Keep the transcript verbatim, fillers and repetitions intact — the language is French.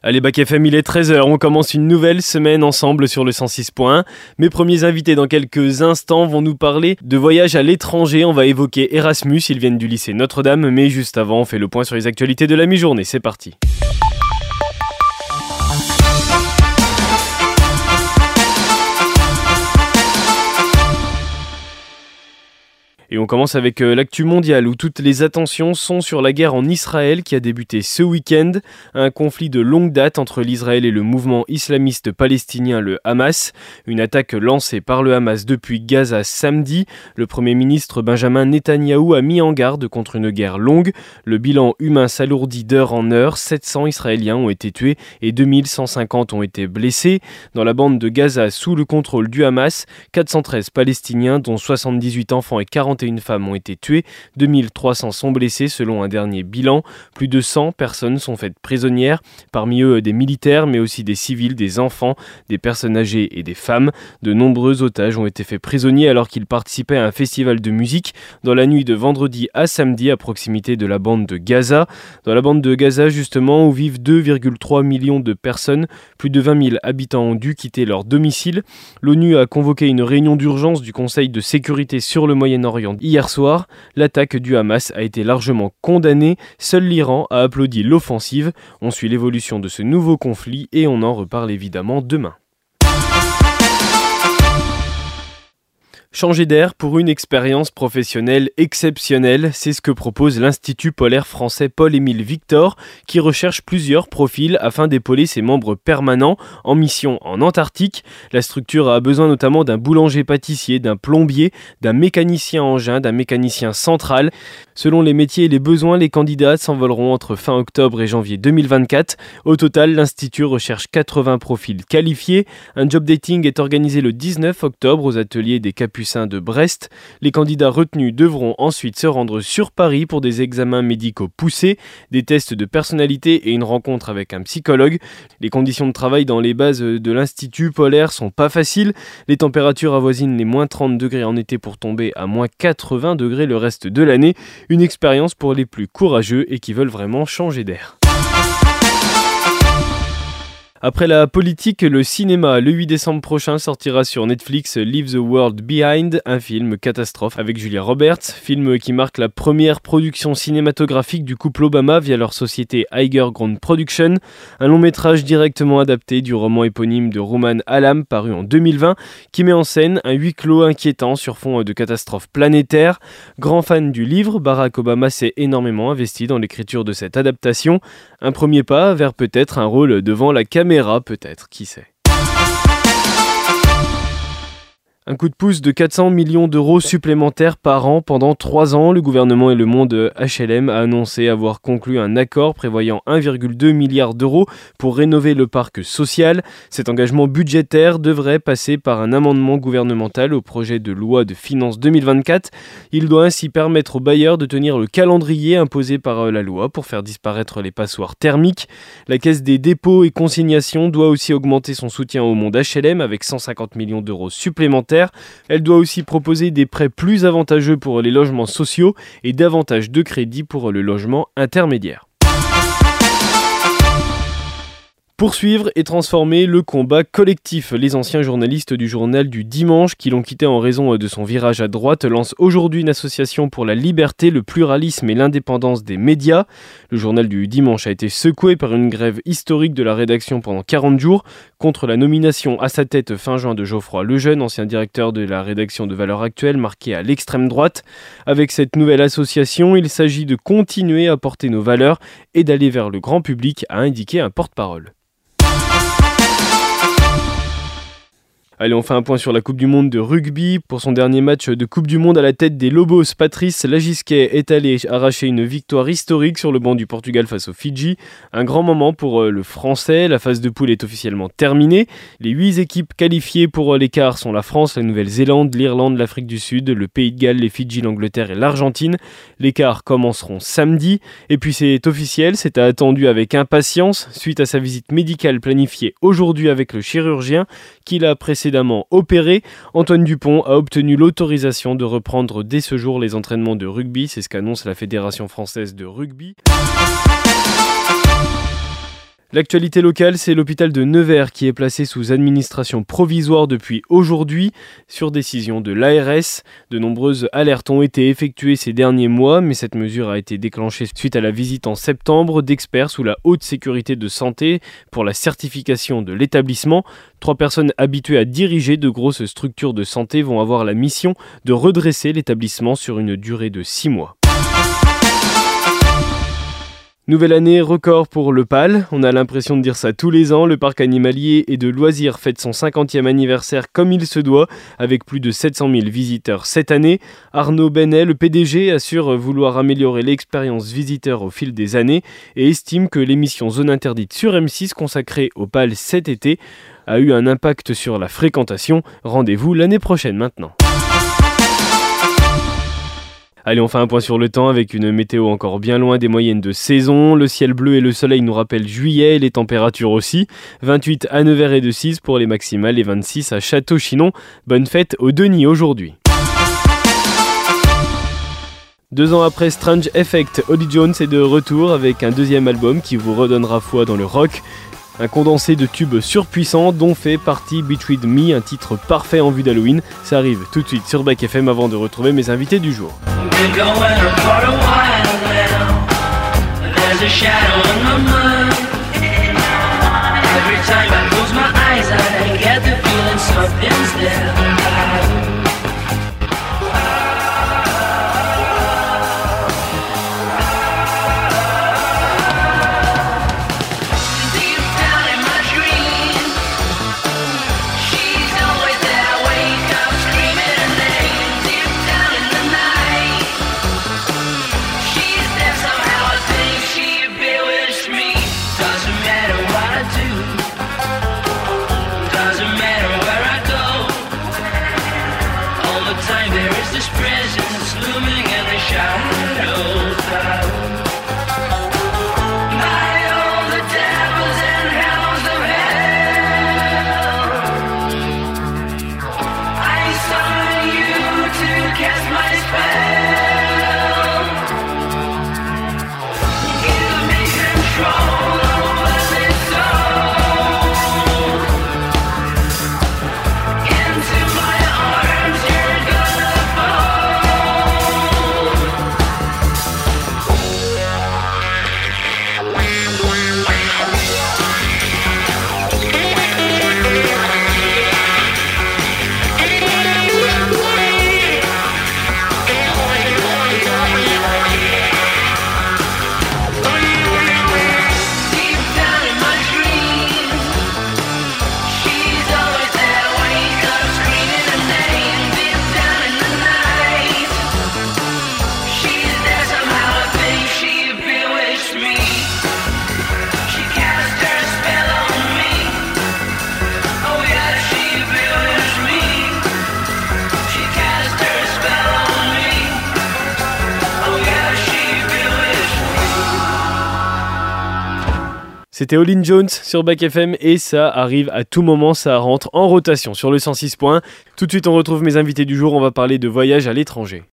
Allez, Bac F M, il est treize heures, on commence une nouvelle semaine ensemble sur le cent six point un. Mes premiers invités dans quelques instants vont nous parler de voyage à l'étranger. On va évoquer Erasmus, ils viennent du lycée Notre-Dame, mais juste avant, on fait le point sur les actualités de la mi-journée. C'est parti. Et on commence avec l'actu mondiale où toutes les attentions sont sur la guerre en Israël qui a débuté ce week-end. Un conflit de longue date entre l'Israël et le mouvement islamiste palestinien, le Hamas. Une attaque lancée par le Hamas depuis Gaza samedi. Le Premier ministre Benjamin Netanyahou a mis en garde contre une guerre longue. Le bilan humain s'alourdit d'heure en heure. sept cents Israéliens ont été tués et deux mille cent cinquante ont été blessés. Dans la bande de Gaza, sous le contrôle du Hamas, quatre cent treize Palestiniens, dont soixante-dix-huit enfants et quarante et une femmes ont été tuées, deux mille trois cents sont blessés selon un dernier bilan. Plus de cent personnes sont faites prisonnières, parmi eux des militaires mais aussi des civils, des enfants, des personnes âgées et des femmes. De nombreux otages ont été faits prisonniers alors qu'ils participaient à un festival de musique dans la nuit de vendredi à samedi à proximité de la bande de Gaza. Dans la bande de Gaza justement où vivent deux virgule trois millions de personnes, plus de vingt mille habitants ont dû quitter leur domicile. L'ONU a convoqué une réunion d'urgence du Conseil de sécurité sur le Moyen-Orient hier soir. L'attaque du Hamas a été largement condamnée. Seul l'Iran a applaudi l'offensive. On suit l'évolution de ce nouveau conflit et on en reparle évidemment demain. Changer d'air pour une expérience professionnelle exceptionnelle, c'est ce que propose l'Institut polaire français Paul-Émile Victor, qui recherche plusieurs profils afin d'épauler ses membres permanents en mission en Antarctique. La structure a besoin notamment d'un boulanger-pâtissier, d'un plombier, d'un mécanicien engin, d'un mécanicien central. Selon les métiers et les besoins, les candidats s'envoleront entre fin octobre et janvier deux mille vingt-quatre. Au total, l'Institut recherche quatre-vingts profils qualifiés. Un job dating est organisé le dix-neuf octobre aux ateliers des Capucins de Brest. Les candidats retenus devront ensuite se rendre sur Paris pour des examens médicaux poussés, des tests de personnalité et une rencontre avec un psychologue. Les conditions de travail dans les bases de l'Institut polaire sont pas faciles. Les températures avoisinent les moins trente degrés en été pour tomber à moins quatre-vingts degrés le reste de l'année. Une expérience pour les plus courageux et qui veulent vraiment changer d'air. Après la politique, le cinéma, le huit décembre prochain, sortira sur Netflix Leave the World Behind, un film catastrophe avec Julia Roberts, film qui marque la première production cinématographique du couple Obama via leur société Higher Ground Production, un long métrage directement adapté du roman éponyme de Rumaan Alam paru en deux mille vingt, qui met en scène un huis clos inquiétant sur fond de catastrophes planétaires. Grand fan du livre, Barack Obama s'est énormément investi dans l'écriture de cette adaptation, un premier pas vers peut-être un rôle devant la caméra. Peut-être, qui sait. Un coup de pouce de quatre cents millions d'euros supplémentaires par an pendant trois ans. Le gouvernement et le monde H L M a annoncé avoir conclu un accord prévoyant un virgule deux milliard d'euros pour rénover le parc social. Cet engagement budgétaire devrait passer par un amendement gouvernemental au projet de loi de finances deux mille vingt-quatre. Il doit ainsi permettre aux bailleurs de tenir le calendrier imposé par la loi pour faire disparaître les passoires thermiques. La Caisse des dépôts et consignations doit aussi augmenter son soutien au monde H L M avec cent cinquante millions d'euros supplémentaires. Elle doit aussi proposer des prêts plus avantageux pour les logements sociaux et davantage de crédits pour le logement intermédiaire. Poursuivre et transformer le combat collectif. Les anciens journalistes du journal du dimanche qui l'ont quitté en raison de son virage à droite lancent aujourd'hui une association pour la liberté, le pluralisme et l'indépendance des médias. Le journal du dimanche a été secoué par une grève historique de la rédaction pendant quarante jours contre la nomination à sa tête fin juin de Geoffroy Lejeune, ancien directeur de la rédaction de Valeurs Actuelles, marqué à l'extrême droite. Avec cette nouvelle association, il s'agit de continuer à porter nos valeurs et d'aller vers le grand public, a indiqué un porte-parole. Allez, on fait un point sur la Coupe du Monde de rugby. Pour son dernier match de Coupe du Monde à la tête des Lobos, Patrice Lagisquet est allé arracher une victoire historique sur le banc du Portugal face aux Fidji. Un grand moment pour le Français. La phase de poule est officiellement terminée. Les huit équipes qualifiées pour l'écart sont la France, la Nouvelle-Zélande, l'Irlande, l'Afrique du Sud, le Pays de Galles, les Fidji, l'Angleterre et l'Argentine. Les quarts commenceront samedi. Et puis c'est officiel, c'est attendu avec impatience. Suite à sa visite médicale planifiée aujourd'hui avec le chirurgien qui l'a précédemment opéré, Antoine Dupont a obtenu l'autorisation de reprendre dès ce jour les entraînements de rugby. C'est ce qu'annonce la Fédération française de rugby. L'actualité locale, c'est l'hôpital de Nevers qui est placé sous administration provisoire depuis aujourd'hui, sur décision de l'A R S. De nombreuses alertes ont été effectuées ces derniers mois, mais cette mesure a été déclenchée suite à la visite en septembre d'experts sous la haute sécurité de santé pour la certification de l'établissement. Trois personnes habituées à diriger de grosses structures de santé vont avoir la mission de redresser l'établissement sur une durée de six mois. Nouvelle année record pour le P A L. On a l'impression de dire ça tous les ans. Le parc animalier et de loisirs fête son cinquantième anniversaire comme il se doit, avec plus de sept cent mille visiteurs cette année. Arnaud Benet, le P D G, assure vouloir améliorer l'expérience visiteur au fil des années et estime que l'émission Zone Interdite sur M six consacrée au P A L cet été a eu un impact sur la fréquentation. Rendez-vous l'année prochaine maintenant. Allez, on fait un point sur le temps avec une météo encore bien loin des moyennes de saison. Le ciel bleu et le soleil nous rappellent juillet et les températures aussi. vingt-huit à Nevers et de six pour les maximales et vingt-six à Château-Chinon. Bonne fête au Denis aujourd'hui. Deux ans après Strange Effect, Holly Jones est de retour avec un deuxième album qui vous redonnera foi dans le rock. Un condensé de tubes surpuissants dont fait partie Beat With Me, un titre parfait en vue d'Halloween. Ça arrive tout de suite sur Back F M avant de retrouver mes invités du jour. C'était Holly Jones sur Back F M et ça arrive à tout moment, ça rentre en rotation sur le cent six point un. Tout de suite on retrouve mes invités du jour, on va parler de voyage à l'étranger.